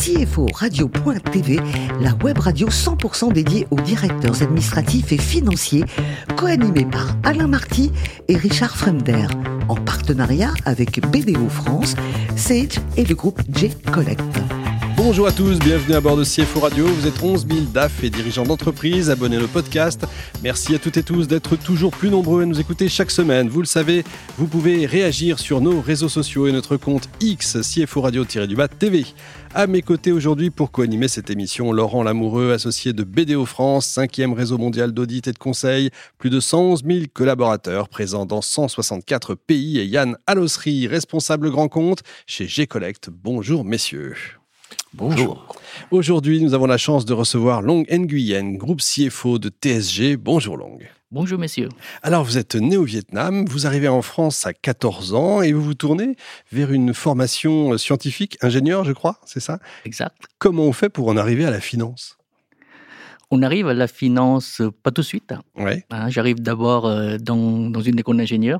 CFO Radio.tv, la web radio 100% dédiée aux directeurs administratifs et financiers, co-animée par Alain Marty et Richard Fremder, en partenariat avec BDO France, Sage et le groupe J-Collect. Bonjour à tous, bienvenue à bord de CFO Radio. Vous êtes 11 000 DAF et dirigeants d'entreprise, abonnez au podcast. Merci à toutes et tous d'être toujours plus nombreux à nous écouter chaque semaine. Vous le savez, vous pouvez réagir sur nos réseaux sociaux et notre compte X, CFO Radio-TV. À mes côtés aujourd'hui pour co-animer cette émission, Laurent Lamoureux, associé de BDO France, 5e réseau mondial d'audit et de conseil, plus de 111 000 collaborateurs présents dans 164 pays, et Yann Alossery, responsable grand compte chez J-Collect. Bonjour messieurs. Bonjour. Aujourd'hui, nous avons la chance de recevoir Long Nguyen, groupe CFO de TSG. Bonjour Long. Bonjour messieurs. Alors, vous êtes né au Vietnam, vous arrivez en France à 14 ans et vous vous tournez vers une formation scientifique, ingénieur, je crois, c'est ça ? Exact. Comment on fait pour en arriver à la finance ? On arrive à la finance pas tout de suite. Ouais. J'arrive d'abord dans une école d'ingénieur.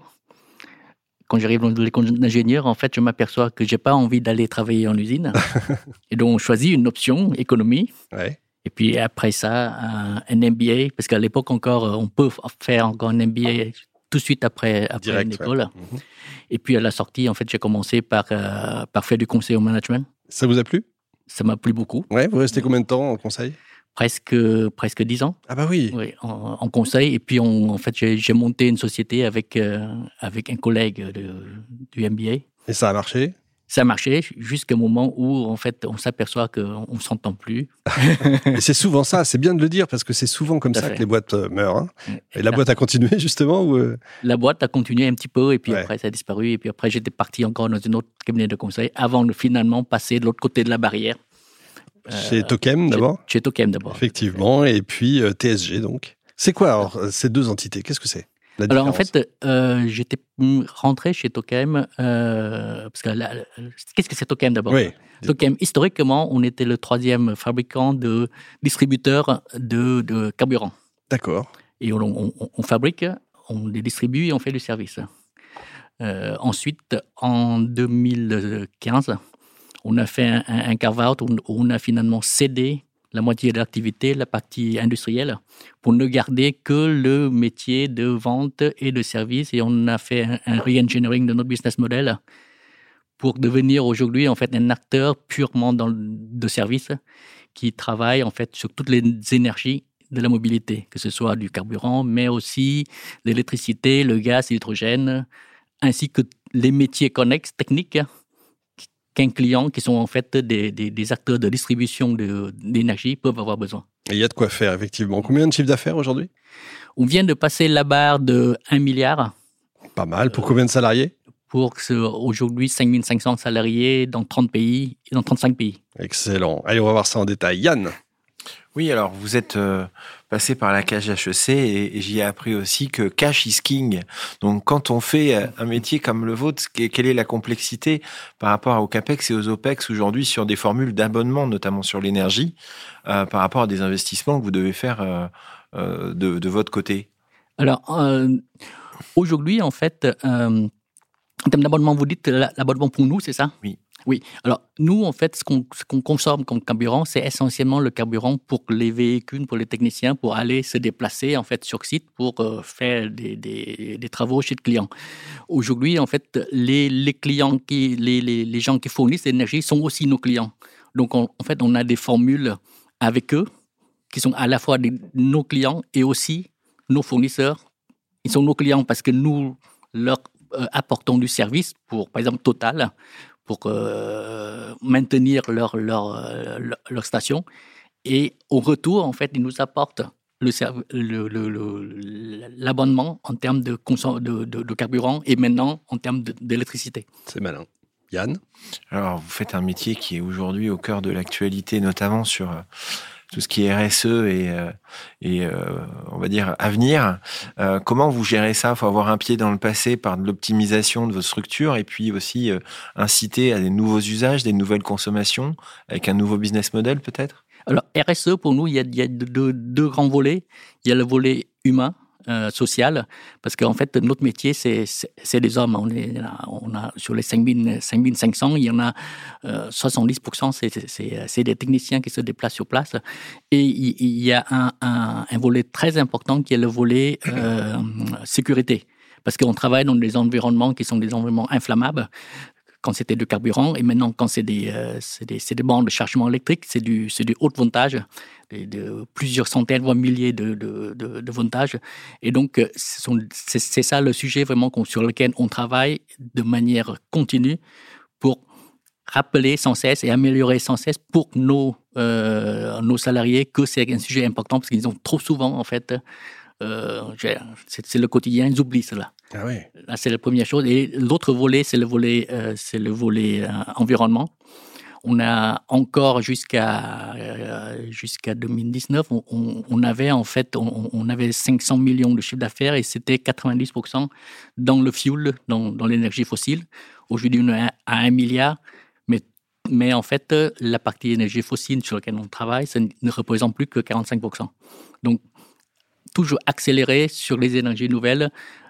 Quand j'arrive dans l'école d'ingénieur, en fait, je m'aperçois que j'ai pas envie d'aller travailler en usine. Et donc, on choisit une option, économie. Ouais. Et puis après ça, un MBA, parce qu'à l'époque encore, on peut faire encore un MBA tout de suite après Direct, une école. Ouais. Et puis à la sortie, en fait, j'ai commencé par faire du conseil au management. Ça vous a plu ? Ça m'a plu beaucoup. Ouais, vous restez combien de temps en conseil ? Presque 10 ans. Ah bah oui. Oui, en conseil. Et puis, en fait, j'ai monté une société avec un collègue du MBA. Et ça a marché ? Ça a marché jusqu'au moment où, en fait, on s'aperçoit qu'on ne s'entend plus. Et c'est souvent ça, c'est bien de le dire, parce que c'est souvent comme ça que les boîtes meurent. Hein. Et la boîte a continué, justement ou La boîte a continué un petit peu, et puis ouais. Après, ça a disparu. Et puis après, j'étais parti encore dans une autre cabinet de conseil avant de finalement passer de l'autre côté de la barrière. Chez Tokem d'abord ? Chez Tokem d'abord. Effectivement, et puis TSG donc. C'est quoi alors ces deux entités ? Qu'est-ce que c'est ? Alors en fait, j'étais rentré chez Tokem, parce que qu'est-ce que c'est Tokem d'abord ? Oui. Tokem, historiquement, on était le 3e fabricant de distributeurs de carburant. D'accord. Et on fabrique, on les distribue et on fait du service. Ensuite, en 2015, on a fait un carve-out où on a finalement cédé la moitié de l'activité, la partie industrielle, pour ne garder que le métier de vente et de service. Et on a fait un re-engineering de notre business model pour devenir aujourd'hui en fait un acteur purement de service qui travaille en fait sur toutes les énergies de la mobilité, que ce soit du carburant, mais aussi l'électricité, le gaz, l'hydrogène, ainsi que les métiers connexes techniques qu'un client, qui sont en fait des acteurs de distribution d'énergie, peuvent avoir besoin. Et il y a de quoi faire, effectivement. Combien de chiffre d'affaires aujourd'hui ? On vient de passer la barre de 1 milliard. Pas mal. Pour combien de salariés ? Pour aujourd'hui 5 500 salariés dans 30 pays, dans 35 pays. Excellent. Allez, on va voir ça en détail. Yann ? Oui, alors vous êtes passé par la cage HEC et j'y ai appris aussi que cash is king. Donc quand on fait un métier comme le vôtre, quelle est la complexité par rapport au CAPEX et aux OPEX aujourd'hui sur des formules d'abonnement, notamment sur l'énergie, par rapport à des investissements que vous devez faire de votre côté ? Alors, aujourd'hui, en fait, en termes d'abonnement, vous dites l'abonnement pour nous, c'est ça ? Oui. Oui. Alors, nous, en fait, ce qu'on consomme comme carburant, c'est essentiellement le carburant pour les véhicules, pour les techniciens, pour aller se déplacer, en fait, sur site pour faire des travaux chez le client. Aujourd'hui, en fait, les clients, les gens qui fournissent l'énergie sont aussi nos clients. Donc, en fait, on a des formules avec eux qui sont à la fois nos clients et aussi nos fournisseurs. Ils sont nos clients parce que nous leur apportons du service pour, par exemple, Total, pour maintenir leur station. Et au retour, en fait, ils nous apportent l'abonnement en termes de carburant et maintenant en termes d'électricité. C'est malin. Yann ? Alors, vous faites un métier qui est aujourd'hui au cœur de l'actualité, notamment sur tout ce qui est RSE et on va dire avenir. Comment vous gérez ça ? Il faut avoir un pied dans le passé par de l'optimisation de vos structures et puis aussi inciter à des nouveaux usages, des nouvelles consommations avec un nouveau business model peut-être ? Alors, RSE, pour nous, il y a deux grands volets. Il y a le volet humain, social, parce qu'en fait, notre métier, c'est des hommes. On a sur les 5500, il y en a 70%, c'est des techniciens qui se déplacent sur place. Et il y a un volet très important qui est le volet sécurité, parce qu'on travaille dans des environnements qui sont des environnements inflammables, quand c'était du carburant, et maintenant quand c'est des bandes de chargement électrique, c'est du haut voltage, de plusieurs centaines voire milliers de voltages. Et donc c'est ça le sujet vraiment sur lequel on travaille de manière continue pour rappeler sans cesse et améliorer sans cesse pour nos salariés que c'est un sujet important, parce qu'ils ont trop souvent en fait c'est le quotidien, ils oublient cela. Ah oui. Là, c'est la première chose. Et l'autre volet, c'est le volet environnement. On a encore jusqu'à 2019, on avait en fait, on avait 500 millions de chiffre d'affaires et c'était 90% dans le fuel, dans l'énergie fossile. Aujourd'hui, on est à 1 milliard. Mais en fait, la partie énergie fossile sur laquelle on travaille, ça ne représente plus que 45%. Donc, toujours accélérer sur les énergies nouvelles,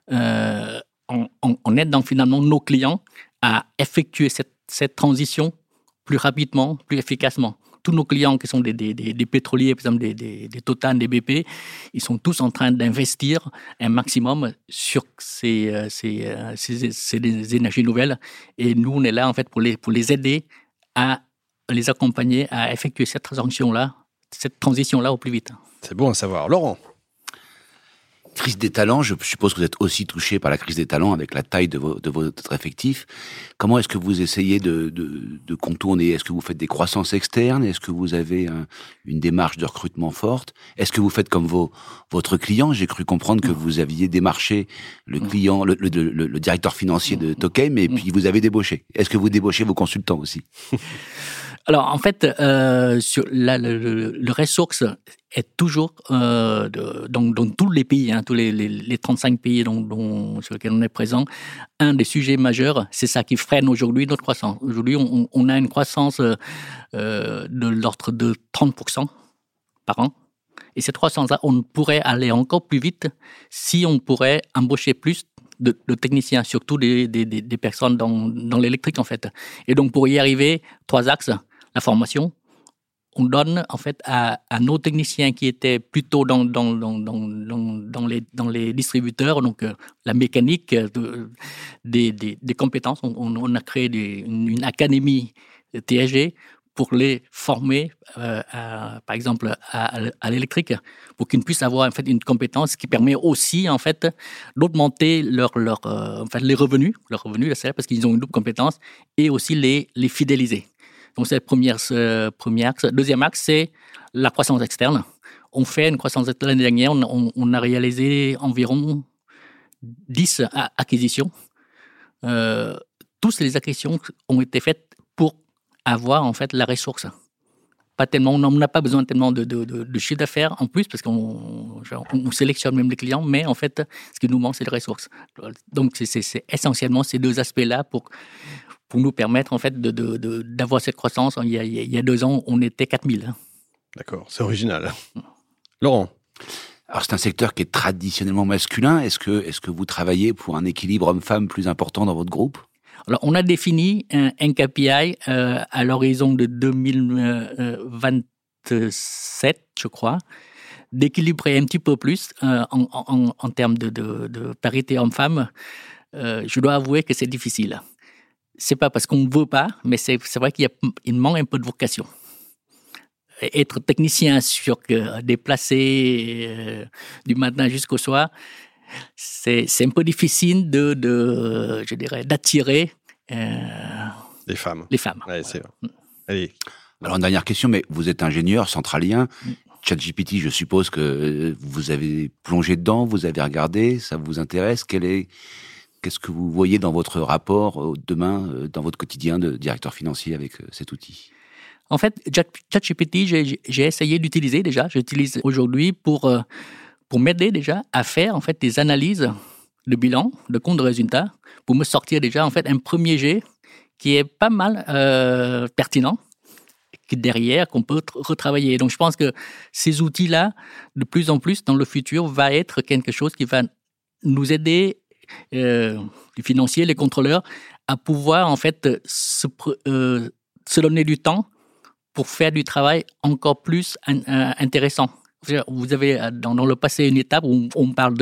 en aidant finalement nos clients à effectuer cette transition plus rapidement, plus efficacement. Tous nos clients qui sont des pétroliers, par exemple des Total, des BP, ils sont tous en train d'investir un maximum sur ces énergies nouvelles. Et nous, on est là en fait pour les aider à les accompagner à effectuer cette transition-là au plus vite. C'est bon à savoir. Laurent? Crise des talents, je suppose que vous êtes aussi touché par la crise des talents avec la taille de votre effectif. Comment est-ce que vous essayez de contourner? Est-ce que vous faites des croissances externes? Est-ce que vous avez une démarche de recrutement forte? Est-ce que vous faites comme votre client? J'ai cru comprendre que vous aviez démarché le client, le directeur financier de Tokem, et puis vous avez débauché. Est-ce que vous débauchez vos consultants aussi? Alors, en fait, le ressource est toujours dans tous les pays, tous les 35 pays sur lesquels on est présent. Un des sujets majeurs, c'est ça qui freine aujourd'hui notre croissance. Aujourd'hui, on a une croissance de l'ordre de 30% par an. Et cette croissance-là, on pourrait aller encore plus vite si on pourrait embaucher plus de techniciens, surtout des personnes dans l'électrique, en fait. Et donc, pour y arriver, 3 axes. La formation, on donne en fait à nos techniciens qui étaient plutôt dans les distributeurs, donc la mécanique, des compétences. On a créé une académie TSG pour les former, par exemple, à l'électrique, pour qu'ils puissent avoir en fait une compétence qui permet aussi en fait d'augmenter les revenus, le salaire, parce qu'ils ont une double compétence, et aussi les fidéliser. Donc, c'est le premier axe. Deuxième axe, c'est la croissance externe. On fait une croissance externe. L'année dernière, on a réalisé environ 10 acquisitions. Toutes les acquisitions ont été faites pour avoir, en fait, la ressource. Pas tellement, on n'a pas besoin tellement de chiffre d'affaires en plus, parce qu'on sélectionne même les clients, mais en fait, ce qui nous manque, c'est les ressources. Donc, c'est essentiellement ces deux aspects-là pour nous permettre en fait d'avoir cette croissance. Il y a 2 ans, on était 4000. D'accord, c'est original. Laurent? Alors c'est un secteur qui est traditionnellement masculin. Est-ce que vous travaillez pour un équilibre homme-femme plus important dans votre groupe? Alors on a défini un KPI à l'horizon de 2027, je crois, d'équilibrer un petit peu plus en termes de parité homme-femme. Je dois avouer que c'est difficile. C'est pas parce qu'on ne veut pas, mais c'est vrai qu'il manque un peu de vocation. Être technicien déplacé du matin jusqu'au soir, c'est un peu difficile je dirais, d'attirer les femmes. Ouais, c'est vrai. Allez. Alors, une dernière question, mais vous êtes ingénieur centralien. ChatGPT, je suppose que vous avez plongé dedans, vous avez regardé, ça vous intéresse. Qu'est-ce que vous voyez dans votre rapport demain, dans votre quotidien de directeur financier avec cet outil? En fait, ChatGPT, j'ai essayé d'utiliser déjà. J'utilise aujourd'hui pour m'aider déjà à faire en fait des analyses de bilan, de compte de résultats, pour me sortir déjà en fait un premier jet qui est pas mal pertinent, derrière, qu'on peut retravailler. Donc, je pense que ces outils-là, de plus en plus, dans le futur, va être quelque chose qui va nous aider, les financiers, les contrôleurs, à pouvoir, en fait, se donner du temps pour faire du travail encore plus intéressant. Vous avez dans le passé une étape où on parle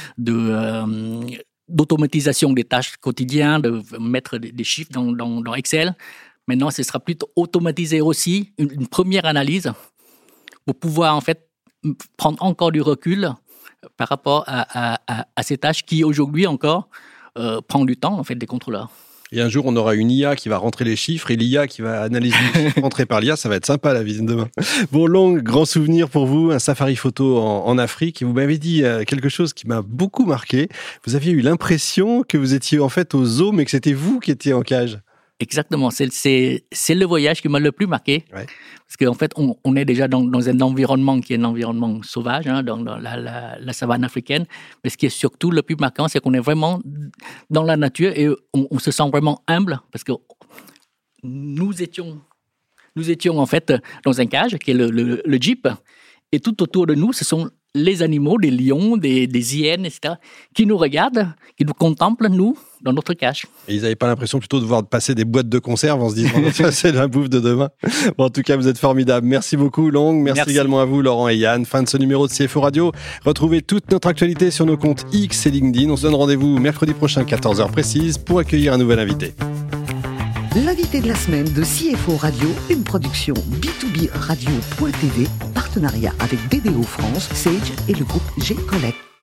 d'automatisation des tâches quotidiennes, de mettre des chiffres dans Excel. Maintenant, ce sera plutôt automatiser aussi une première analyse pour pouvoir en fait prendre encore du recul par rapport à ces tâches qui aujourd'hui encore prend du temps en fait des contrôleurs. Et un jour, on aura une IA qui va rentrer les chiffres et l'IA qui va analyser les chiffres rentrés par l'IA. Ça va être sympa, la visite demain. Bon, Long, grand souvenir pour vous, un safari photo en Afrique. Et vous m'avez dit quelque chose qui m'a beaucoup marqué. Vous aviez eu l'impression que vous étiez en fait au zoo, mais que c'était vous qui étiez en cage. Exactement, c'est le voyage qui m'a le plus marqué, ouais. Parce qu'en fait, on est déjà dans un environnement qui est un environnement sauvage, dans la savane africaine, mais ce qui est surtout le plus marquant, c'est qu'on est vraiment dans la nature et on se sent vraiment humble, parce que nous étions en fait dans un cage, qui est le jeep, et tout autour de nous, ce sont les animaux, des lions, des hyènes, etc., qui nous regardent, qui nous contemplent, nous, dans notre cage. Et ils n'avaient pas l'impression plutôt de voir passer des boîtes de conserve en se disant « c'est la bouffe de demain ». Bon, en tout cas, vous êtes formidables. Merci beaucoup, Long. Merci également à vous, Laurent et Yann. Fin de ce numéro de CFO Radio. Retrouvez toute notre actualité sur nos comptes X et LinkedIn. On se donne rendez-vous mercredi prochain, 14h précise, pour accueillir un nouvel invité. L'invité de la semaine de CFO Radio, une production B2B Radio.tv en partenariat avec BDO France, Sage et le groupe G-Collect.